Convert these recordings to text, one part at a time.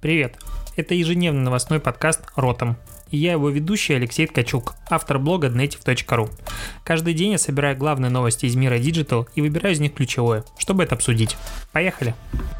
Привет! Это ежедневный новостной подкаст «Ротом». И я его ведущий Алексей Ткачук, автор блога Dnetiv.ru. Каждый день я собираю главные новости из мира Digital и выбираю из них ключевое, чтобы это обсудить. Поехали!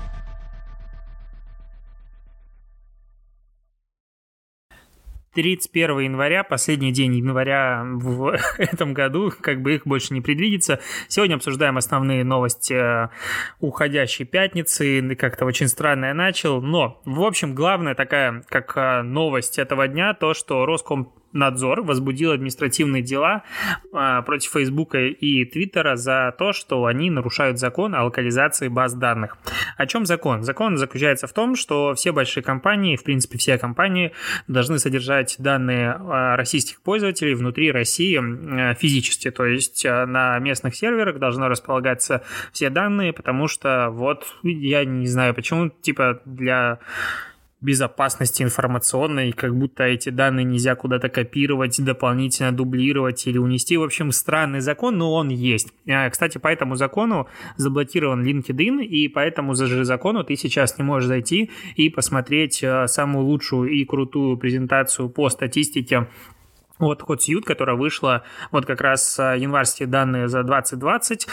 31 января, последний день января в этом году, как бы их больше не предвидится. Сегодня обсуждаем основные новости уходящей пятницы. Как-то очень странно я начал, но, в общем, главная такая, как новость этого дня, то, что Роскомнадзор возбудил административные дела против Фейсбука и Твиттера за то, что они нарушают закон о локализации баз данных. О чем закон? Закон заключается в том, что все большие компании, в принципе, все компании должны содержать данные российских пользователей внутри России физически, то есть на местных серверах должны располагаться все данные, потому что вот я не знаю почему, типа для безопасности информационной, как будто эти данные нельзя куда-то копировать, дополнительно дублировать или унести. В общем, странный закон, но он есть. Кстати, по этому закону заблокирован LinkedIn, и по этому же закону ты сейчас не можешь зайти и посмотреть самую лучшую и крутую презентацию по статистике от Hootsuite, которая вышла вот как раз январские данные за 2020,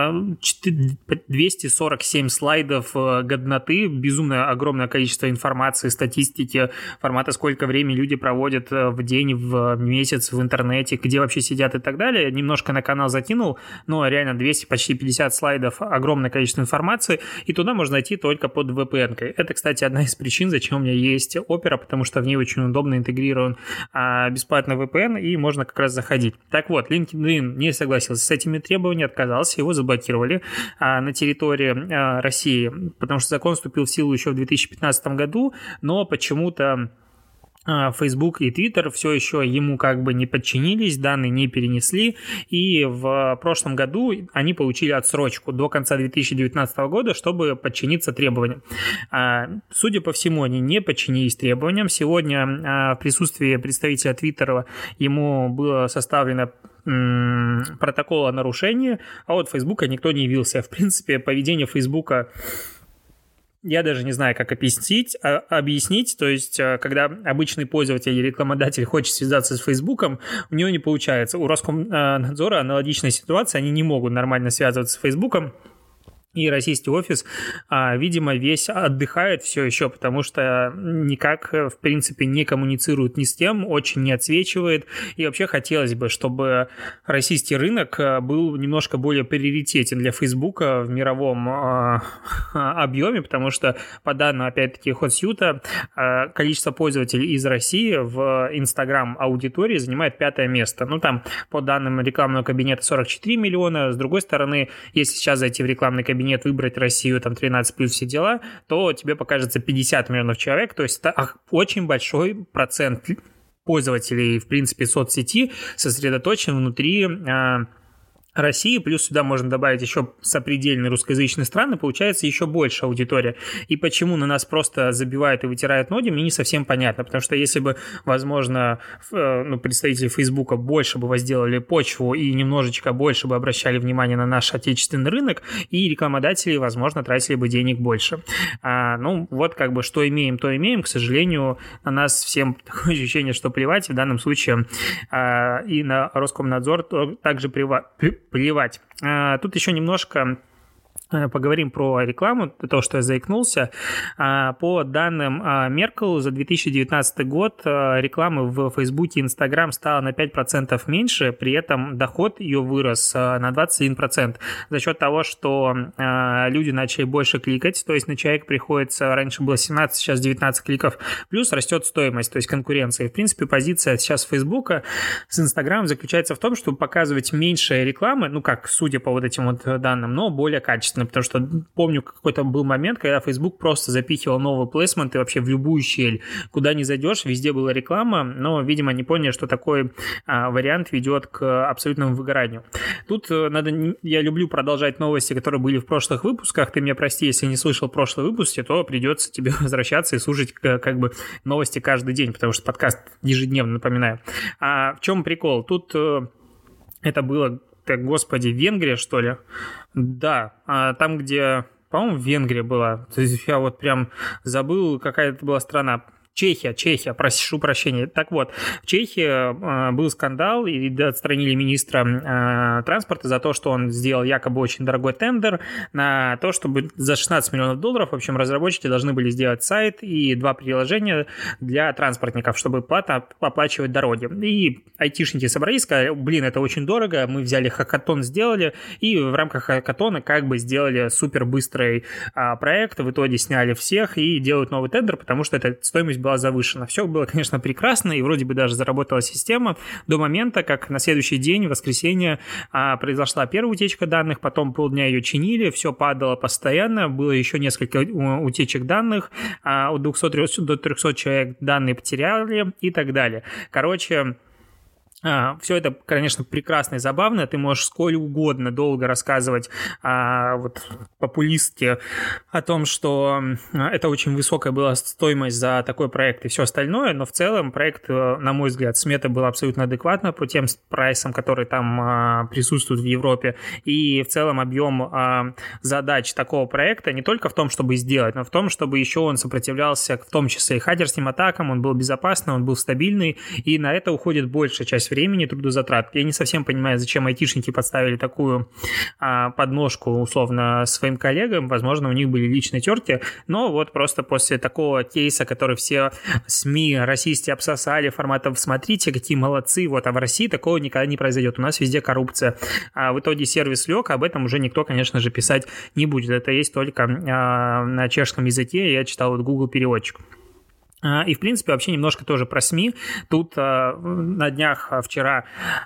247 слайдов годноты, безумно огромное количество информации, статистики, формата, сколько времени люди проводят в день, в месяц в интернете, где вообще сидят и так далее. Немножко на канал закинул, но реально 200, почти 50 слайдов, огромное количество информации, и туда можно найти только под VPN-кой. Это, кстати, одна из причин, зачем у меня есть Opera, потому что в ней очень удобно интегрирован бесплатный VPN, и можно как раз заходить. Так вот, LinkedIn не согласился с этими требованиями, отказался, его заблокировали на территории России, потому что закон вступил в силу еще в 2015 году, но почему-то Facebook и Twitter все еще ему как бы не подчинились, данные не перенесли, и в прошлом году они получили отсрочку до конца 2019 года, чтобы подчиниться требованиям. Судя по всему, они не подчинились требованиям. Сегодня в присутствии представителя Twitter ему было составлено протокол о нарушении, а от Facebook никто не явился. В принципе, поведение Facebook я даже не знаю, как объяснить. То есть, когда обычный пользователь или рекламодатель хочет связаться с Фейсбуком, у него не получается. У Роскомнадзора аналогичная ситуация, они не могут нормально связываться с Фейсбуком. И российский офис, видимо, весь отдыхает все еще, потому что никак, в принципе, не коммуницирует ни с тем, очень не отсвечивает. И вообще хотелось бы, чтобы российский рынок был немножко более приоритетен для Фейсбука в мировом объеме, потому что, по данным, опять-таки, Hootsuite, количество пользователей из России в Instagram-аудитории занимает 5-е место. Ну, там, по данным рекламного кабинета, 44 миллиона. С другой стороны, если сейчас зайти в рекламный кабинет, выбрать Россию, там 13 плюс все дела, то тебе покажется 50 миллионов человек, то есть это очень большой процент пользователей, в принципе, соцсети сосредоточен внутри России, плюс сюда можно добавить еще сопредельные русскоязычные страны, получается еще больше аудитория. И почему на нас просто забивают и вытирают ноги, мне не совсем понятно, потому что если бы, возможно, представители Фейсбука больше бы возделали почву и немножечко больше бы обращали внимание на наш отечественный рынок, и рекламодатели, возможно, тратили бы денег больше. Вот как бы что имеем, то имеем. К сожалению, на нас всем такое ощущение, что плевать, в данном случае и на Роскомнадзор также плевать. Тут еще немножко поговорим про рекламу, то, что я заикнулся. По данным Меркл, за 2019 год рекламы в Фейсбуке и Инстаграм стало на 5% меньше, при этом доход ее вырос на 21%. За счет того, что люди начали больше кликать, то есть на человека приходится, раньше было 17, сейчас 19 кликов, плюс растет стоимость, то есть конкуренция. И, в принципе, позиция сейчас Фейсбука с Инстаграмом заключается в том, чтобы показывать меньше рекламы, судя по вот этим вот данным, но более качественно. Потому что помню, какой-то был момент, когда Facebook просто запихивал новые плейсменты вообще в любую щель. Куда ни зайдешь, везде была реклама, но, видимо, не поняли, что такой вариант ведет к абсолютному выгоранию. Тут я люблю продолжать новости, которые были в прошлых выпусках. Ты меня прости, если не слышал прошлые выпуски, то придется тебе возвращаться и слушать как бы новости каждый день, потому что подкаст ежедневно, напоминаю. В чем прикол? Тут это было, господи, Венгрия, что ли? Да, там, где по-моему, Венгрия была. То есть я вот прям забыл, какая это была страна. Чехия, прошу прощения. Так вот, в Чехии был скандал, и отстранили министра транспорта за то, что он сделал якобы очень дорогой тендер на то, чтобы за $16 миллионов, в общем, разработчики должны были сделать сайт и 2 приложения для транспортников, чтобы платно оплачивать дороги. И айтишники собрались, сказали, блин, это очень дорого, мы взяли хакатон, сделали, и в рамках хакатона как бы сделали супер быстрый проект, в итоге сняли всех и делают новый тендер, потому что эта стоимость была завышена. Все было, конечно, прекрасно, и вроде бы даже заработала система до момента, как на следующий день, в воскресенье, произошла первая утечка данных, потом полдня ее чинили, все падало постоянно, было еще несколько утечек данных, от 200 до 300 человек данные потеряли и так далее. Короче, все это, конечно, прекрасно и забавно. Ты можешь сколь угодно долго рассказывать вот популистски о том, что это очень высокая была стоимость за такой проект и все остальное, но в целом проект, на мой взгляд, смета была абсолютно адекватна по тем прайсам, которые там присутствуют в Европе, и в целом объем задач такого проекта не только в том, чтобы сделать, но в том, чтобы еще он сопротивлялся, в том числе и хакерским атакам, он был безопасный, он был стабильный, и на это уходит большая часть времени, трудозатрат. Я не совсем понимаю, зачем айтишники подставили такую подножку, условно, своим коллегам. Возможно, у них были личные терки, но вот просто после такого кейса, который все СМИ российские обсосали, форматов «смотрите, какие молодцы», вот, а в России такого никогда не произойдет. У нас везде коррупция. А в итоге сервис лег, об этом уже никто, конечно же, писать не будет. Это есть только на чешском языке. Я читал вот Google переводчик. И, в принципе, вообще немножко тоже про СМИ. Тут на днях вчера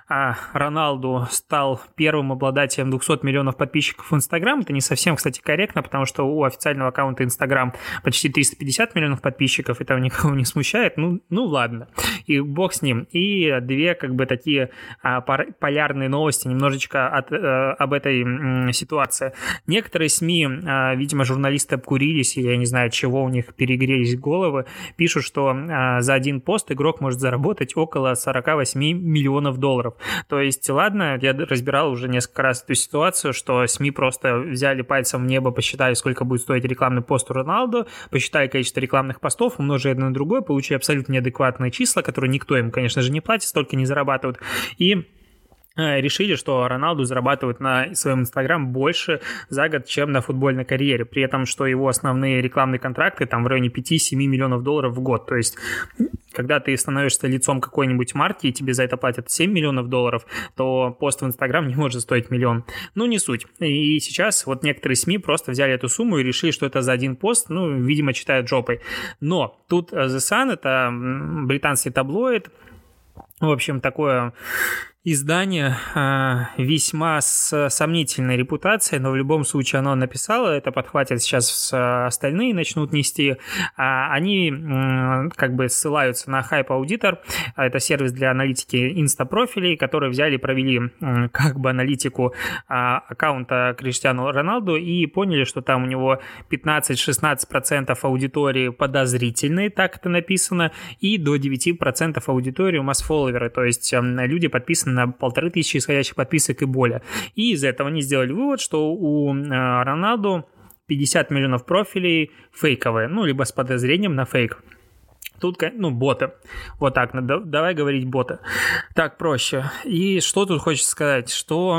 Роналду стал первым обладателем 200 миллионов подписчиков в Инстаграм. Это не совсем, кстати, корректно, потому что у официального аккаунта Инстаграм почти 350 миллионов подписчиков, и там никого не смущает. Ну ладно, и бог с ним. И две как бы такие полярные новости немножечко об этой ситуации. Некоторые СМИ, видимо, журналисты обкурились, или я не знаю, чего у них перегрелись головы, пишут, что за один пост игрок может заработать около 48 миллионов долларов. То есть, ладно, я разбирал уже несколько раз эту ситуацию, что СМИ просто взяли пальцем в небо, посчитали, сколько будет стоить рекламный пост у Роналду, посчитали количество рекламных постов, умножили одно на другое, получили абсолютно неадекватные числа, которые никто им, конечно же, не платит, столько не зарабатывают. И решили, что Роналду зарабатывает на своем Инстаграм больше за год, чем на футбольной карьере. При этом, что его основные рекламные контракты там в районе 5-7 миллионов долларов в год. То есть, когда ты становишься лицом какой-нибудь марки и тебе за это платят 7 миллионов долларов, то пост в Инстаграм не может стоить миллион. Ну, не суть. И сейчас вот некоторые СМИ просто взяли эту сумму и решили, что это за один пост, ну, видимо, читают жопой. Но тут The Sun, это британский таблоид, в общем, такое издание весьма с сомнительной репутацией, но в любом случае оно написало, это подхватят сейчас остальные, начнут нести. Они как бы ссылаются на Hype Auditor, это сервис для аналитики инстапрофилей, которые взяли и провели как бы аналитику аккаунта Криштиану Роналду и поняли, что там у него 15-16% аудитории подозрительные, так это написано, и до 9% аудитории масс-фолловеры, то есть люди подписаны на 1500 исходящих подписок и более. И из этого они сделали вывод, что у Роналду 50 миллионов профилей фейковые, ну, либо с подозрением на фейк. Тут, ну, боты. Вот так, давай говорить боты. Так проще. И что тут хочется сказать, что...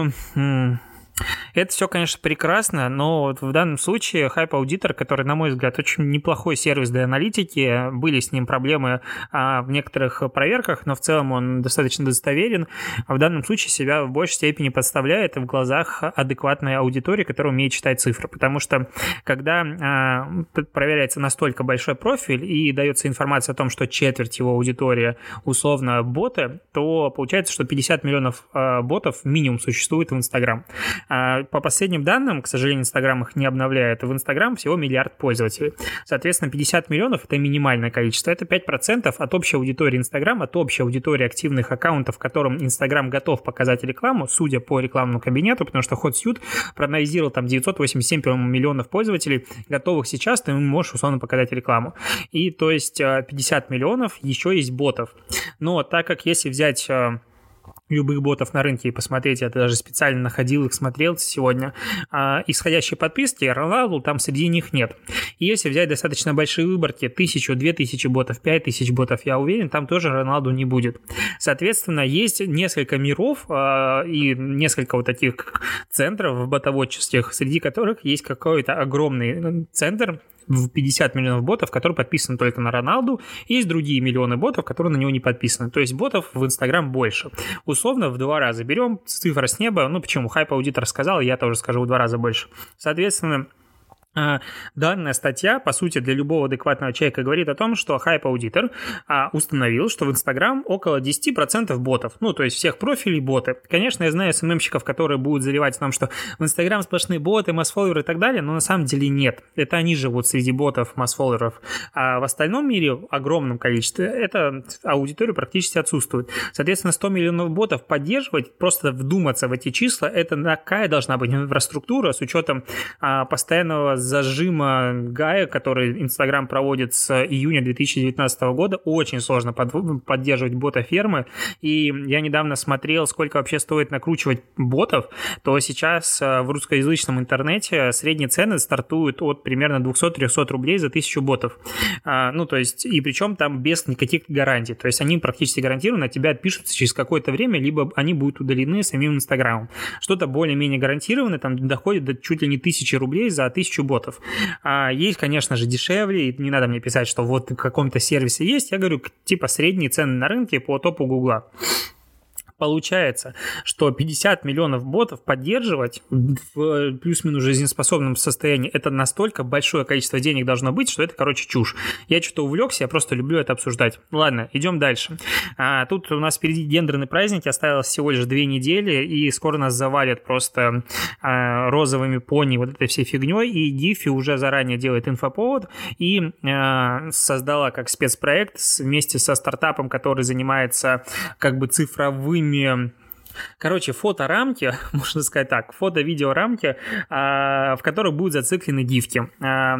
Это все, конечно, прекрасно, но вот в данном случае Hype Auditor, который, на мой взгляд, очень неплохой сервис для аналитики, были с ним проблемы в некоторых проверках, но в целом он достаточно достоверен, а в данном случае себя в большей степени подставляет в глазах адекватной аудитории, которая умеет читать цифры, потому что когда проверяется настолько большой профиль и дается информация о том, что четверть его аудитории условно боты, то получается, что 50 миллионов ботов минимум существует в Инстаграм. По последним данным, к сожалению, Инстаграм их не обновляет, в Инстаграм всего 1 миллиард пользователей. Соответственно, 50 миллионов – это минимальное количество. Это 5% от общей аудитории Инстаграма, от общей аудитории активных аккаунтов, которым Инстаграм готов показать рекламу, судя по рекламному кабинету, потому что HotSuite проанализировал там 987 миллионов пользователей, готовых сейчас, ты можешь условно показать рекламу. И то есть 50 миллионов еще есть ботов. Но так как если взять любых ботов на рынке и посмотреть, я даже специально находил их, смотрел сегодня, исходящие подписки, Роналду там среди них нет. И если взять достаточно большие выборки, 1000, 2000 ботов, 5000 ботов, я уверен, там тоже Роналду не будет. Соответственно, есть несколько миров и несколько вот таких центров ботоводческих, среди которых есть какой-то огромный центр, в 50 миллионов ботов, которые подписаны только на Роналду, и есть другие миллионы ботов, которые на него не подписаны. То есть ботов в Инстаграм больше. Условно в 2 раза берем, цифра с неба, почему, хайп-аудитор сказал, я тоже скажу в 2 раза больше. Соответственно, данная статья, по сути, для любого адекватного человека говорит о том, что хайп-аудитор установил, что в Инстаграм около 10% ботов. То есть всех профилей боты. Конечно, я знаю СММщиков, которые будут заливать о том, что в Инстаграм сплошные боты, масс-фолловеры и так далее, но на самом деле нет. Это они живут среди ботов, масс-фолловеров. А в остальном мире, в огромном количестве, эта аудитория практически отсутствует. Соответственно, 100 миллионов ботов поддерживать, просто вдуматься в эти числа, это какая должна быть инфраструктура с учетом постоянного зажима Гая, который Инстаграм проводит с июня 2019 года. Очень сложно поддерживать бота-фермы. И я недавно смотрел, сколько вообще стоит накручивать ботов, то сейчас в русскоязычном интернете средние цены стартуют от примерно 200-300 рублей за 1000 ботов. То есть, и причем там без никаких гарантий. То есть они практически гарантированно от тебя отпишутся через какое-то время, либо они будут удалены самим Инстаграмом. Что-то более-менее гарантированное, там доходит до чуть ли не 1000 рублей за 1000 ботов. Есть, конечно же, дешевле, и не надо мне писать, что вот в каком-то сервисе есть. Я говорю, типа средние цены на рынке по топу Гугла. Получается, что 50 миллионов ботов поддерживать в плюс-минус жизнеспособном состоянии, это настолько большое количество денег должно быть, что это, чушь. Я что-то увлекся, я просто люблю это обсуждать. Ладно, идем дальше. Тут у нас впереди гендерный праздник, осталось всего лишь 2 недели, и скоро нас завалят просто розовыми пони вот этой всей фигней, и Гифи уже заранее делает инфоповод и создала как спецпроект вместе со стартапом, который занимается цифровыми фоторамки, можно сказать так, фото-видеорамки, в которых будут зациклены гифки.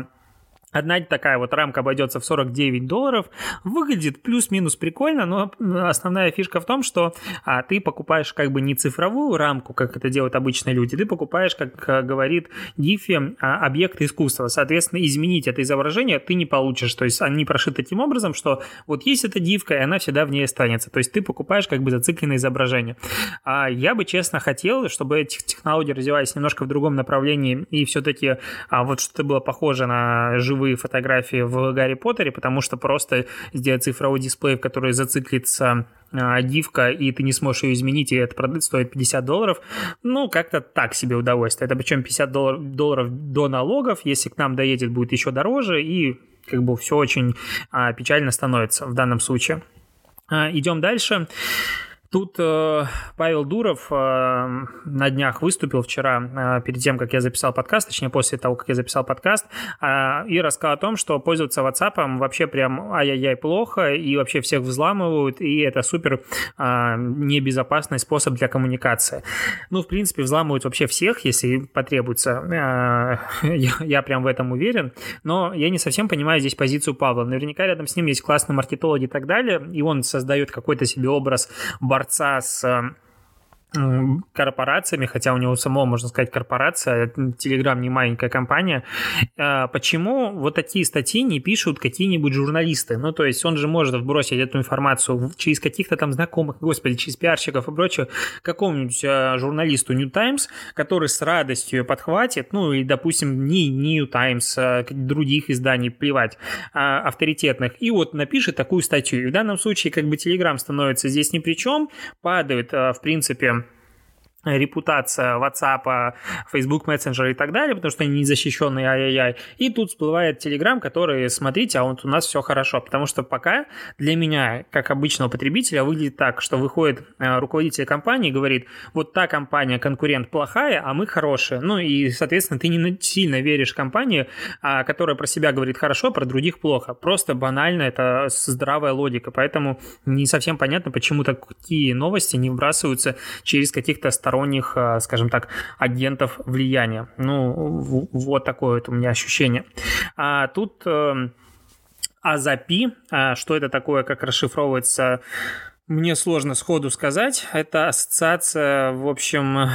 Одна такая вот рамка обойдется в $49. Выглядит плюс-минус прикольно, но основная фишка в том, что ты покупаешь не цифровую рамку, как это делают обычные люди, ты покупаешь, как говорит Гифи, объект искусства. Соответственно, изменить это изображение ты не получишь. То есть они прошиты таким образом, что вот есть эта гифка, и она всегда в ней останется. То есть ты покупаешь зацикленное изображение. Я бы, честно, хотел, чтобы эти технологии развивались немножко в другом направлении, и все-таки вот что-то было похоже на живые фотографии в Гарри Поттере, потому что просто сделать цифровой дисплей, в который зациклится гифка, и ты не сможешь ее изменить, и это стоит $50, как-то так себе удовольствие. Это причем $50 до налогов, если к нам доедет, будет еще дороже, и все очень печально становится в данном случае. Идем дальше. Тут Павел Дуров на днях выступил вчера, перед тем, как я записал подкаст, точнее, после того, как я записал подкаст, и рассказал о том, что пользоваться WhatsApp вообще прям ай-яй-яй плохо, и вообще всех взламывают, и это супер небезопасный способ для коммуникации. В принципе, взламывают вообще всех, если потребуется. Я прям в этом уверен, но я не совсем понимаю здесь позицию Павла. Наверняка рядом с ним есть классные маркетологи и так далее, и он создает какой-то себе образ борца с корпорациями, хотя у него самого, можно сказать, корпорация, Telegram не маленькая компания. Почему вот такие статьи не пишут какие-нибудь журналисты? То есть он же может вбросить эту информацию через каких-то там знакомых, через пиарщиков и прочее, какому-нибудь журналисту New Times, который с радостью ее подхватит, и, допустим, не New Times, других изданий, плевать, авторитетных, и вот напишет такую статью. И в данном случае Telegram становится здесь ни при чем, падает, в принципе, репутация WhatsApp, Facebook Messenger и так далее, потому что они незащищенные, ай-яй-яй. И тут всплывает Telegram, который, смотрите, а вот у нас все хорошо. Потому что пока для меня, как обычного потребителя, выглядит так, что выходит руководитель компании и говорит, вот та компания, конкурент плохая, а мы хорошие. И, соответственно, ты не сильно веришь компании, которая про себя говорит хорошо, про других плохо. Просто банально, это здравая логика. Поэтому не совсем понятно, почему такие новости не вбрасываются через каких-то сторонних, скажем так, агентов влияния. Вот такое вот у меня ощущение. Тут AZAPI, что это такое, как расшифровывается, Мне сложно сходу сказать. Это ассоциация, в общем...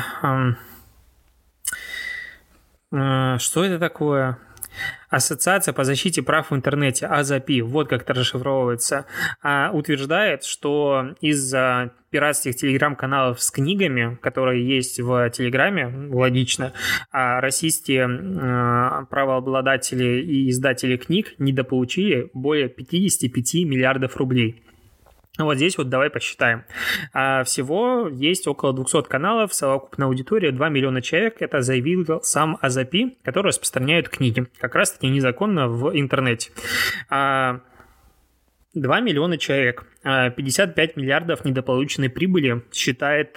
Что это такое? Ассоциация по защите прав в интернете, АЗАПИ, вот как это расшифровывается, утверждает, что из-за пиратских телеграм-каналов с книгами, которые есть в Телеграме, логично, российские правообладатели и издатели книг недополучили более 55 миллиардов рублей. Вот здесь вот давай посчитаем. Всего есть около 200 каналов, совокупная аудитория 2 миллиона человек. Это заявил сам АЗАПИ, который распространяет книги, как раз-таки незаконно в интернете. 2 миллиона человек, 55 миллиардов недополученной прибыли считает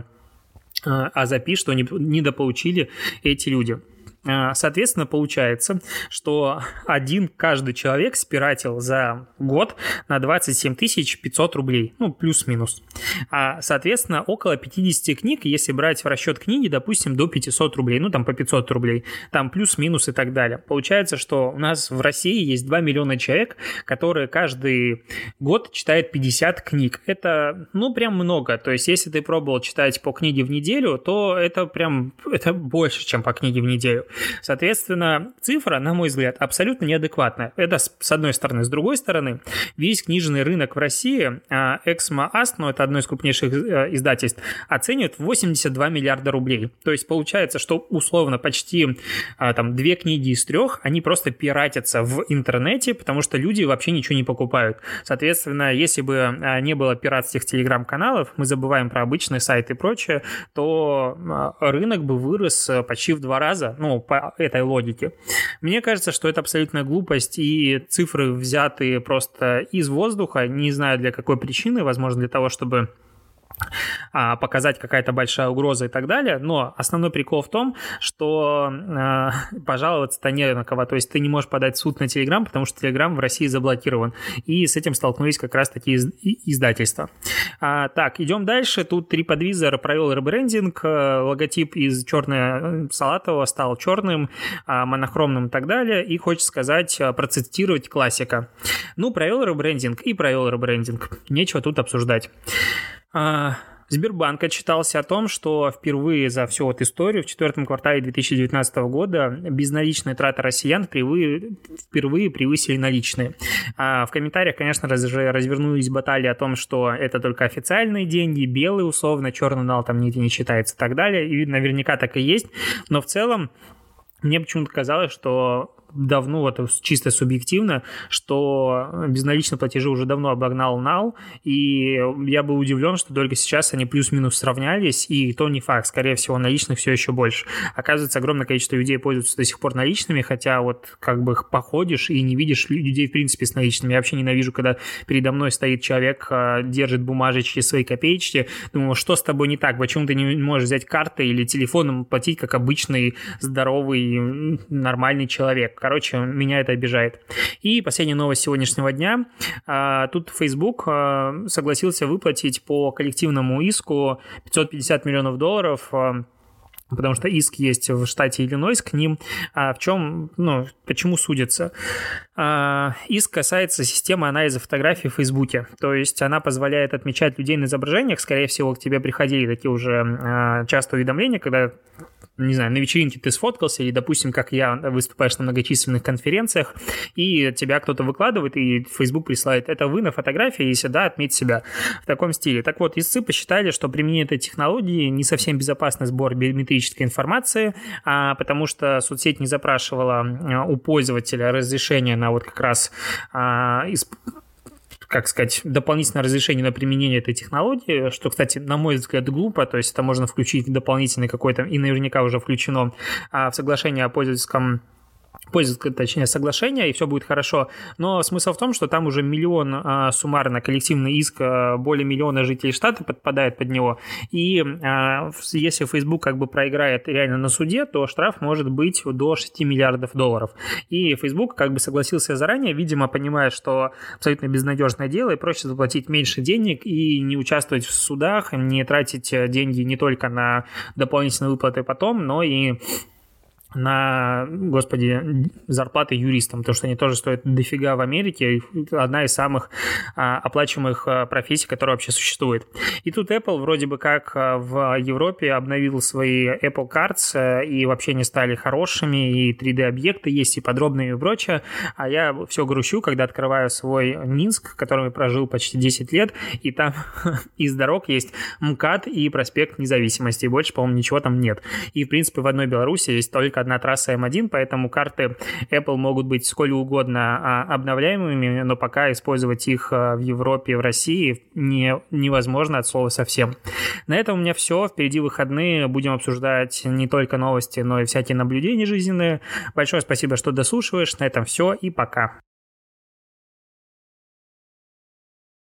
АЗАПИ, что недополучили эти люди. Соответственно, получается, что каждый человек спиратил за год на 27 500 рублей, плюс-минус. Соответственно, около 50 книг, если брать в расчет книги, допустим, до 500 рублей, по 500 рублей, там плюс-минус и так далее. Получается, что у нас в России есть 2 миллиона человек, которые каждый год читают 50 книг. Это, прям много. То есть, если ты пробовал читать по книге в неделю, то это больше, чем по книге в неделю. Соответственно, цифра, на мой взгляд, абсолютно неадекватная. Это с одной стороны. С другой стороны, весь книжный рынок в России, Эксмо Аст, это одно из крупнейших издательств, оценивает в 82 миллиарда рублей. То есть получается, что условно почти 2 книги из 3, они просто пиратятся в интернете, потому что люди вообще ничего не покупают. Соответственно, если бы не было пиратских телеграм-каналов, мы забываем про обычные сайты и прочее, то рынок бы вырос почти в 2 раза, по этой логике. Мне кажется, что это абсолютная глупость, и цифры взяты просто из воздуха, не знаю для какой причины, возможно, для того, чтобы показать какая-то большая угроза и так далее, но основной прикол в том, что пожаловаться-то не на кого, то есть ты не можешь подать в суд на Telegram, потому что Telegram в России заблокирован, и с этим столкнулись как раз-таки издательства. Так, идем дальше, тут TripAdvisor провел ребрендинг, логотип из черно-салатового стал черным, монохромным и так далее, и хочется сказать, процитировать классика. Провел ребрендинг, нечего тут обсуждать. Сбербанк отчитался о том, что впервые за всю историю в 4 квартале 2019 года безналичные траты россиян впервые превысили наличные. В комментариях, конечно, развернулись баталии о том, что это только официальные деньги, белые условно, черный нал там нигде не считается и так далее, и наверняка так и есть, но в целом мне почему-то казалось, что давно, чисто субъективно, что безналичные платежи уже давно обогнал нал, и я был удивлен, что только сейчас они плюс-минус сравнялись, и то не факт, скорее всего, наличных все еще больше. Оказывается, огромное количество людей пользуются до сих пор наличными, хотя походишь и не видишь людей, в принципе, с наличными. Я вообще ненавижу, когда передо мной стоит человек, держит бумажечки, свои копеечки, думаю, что с тобой не так, почему ты не можешь взять картой или телефоном платить, как обычный, здоровый, нормальный человек. Короче, меня это обижает. И последняя новость сегодняшнего дня. Тут Facebook согласился выплатить по коллективному иску $550 миллионов, потому что иск есть в штате Иллинойс к ним. Почему судятся? Иск касается системы анализа фотографий в Фейсбуке. То есть она позволяет отмечать людей на изображениях. Скорее всего, к тебе приходили такие уже часто уведомления, когда не знаю, на вечеринке ты сфоткался, или, допустим, как я, выступаешь на многочисленных конференциях, и тебя кто-то выкладывает, и Facebook присылает, это вы на фотографии, если да, отметь себя в таком стиле. Так вот, истцы посчитали, что применение этой технологии не совсем безопасный сбор биометрической информации, потому что соцсеть не запрашивала у пользователя разрешение на как раз дополнительное разрешение на применение этой технологии, что, кстати, на мой взгляд, глупо, то есть это можно включить в дополнительный какой-то, и наверняка уже включено в соглашение о пользовательском соглашение, и все будет хорошо. Но смысл в том, что там уже миллион суммарно коллективный иск, более миллиона жителей штата подпадает под него. И если Facebook проиграет реально на суде, то штраф может быть до $6 миллиардов. И Facebook согласился заранее, видимо, понимая, что абсолютно безнадежное дело, и проще заплатить меньше денег и не участвовать в судах, не тратить деньги не только на дополнительные выплаты потом, но и господи, зарплаты юристам, потому что они тоже стоят дофига в Америке. Одна из самых оплачиваемых профессий, которая вообще существует. И тут Apple вроде бы как в Европе обновил свои Apple Cards, и вообще они стали хорошими, и 3D-объекты есть, и подробные, и прочее. А я все грущу, когда открываю свой Минск, в котором я прожил почти 10 лет, и там из дорог есть МКАД и проспект Независимости, и больше, по-моему, ничего там нет. И, в принципе, в одной Беларуси есть только одна трасса М1, поэтому карты Apple могут быть сколь угодно обновляемыми, но пока использовать их в Европе, в России невозможно от слова совсем. На этом у меня все. Впереди выходные. Будем обсуждать не только новости, но и всякие наблюдения жизненные. Большое спасибо, что дослушиваешь. На этом все и пока.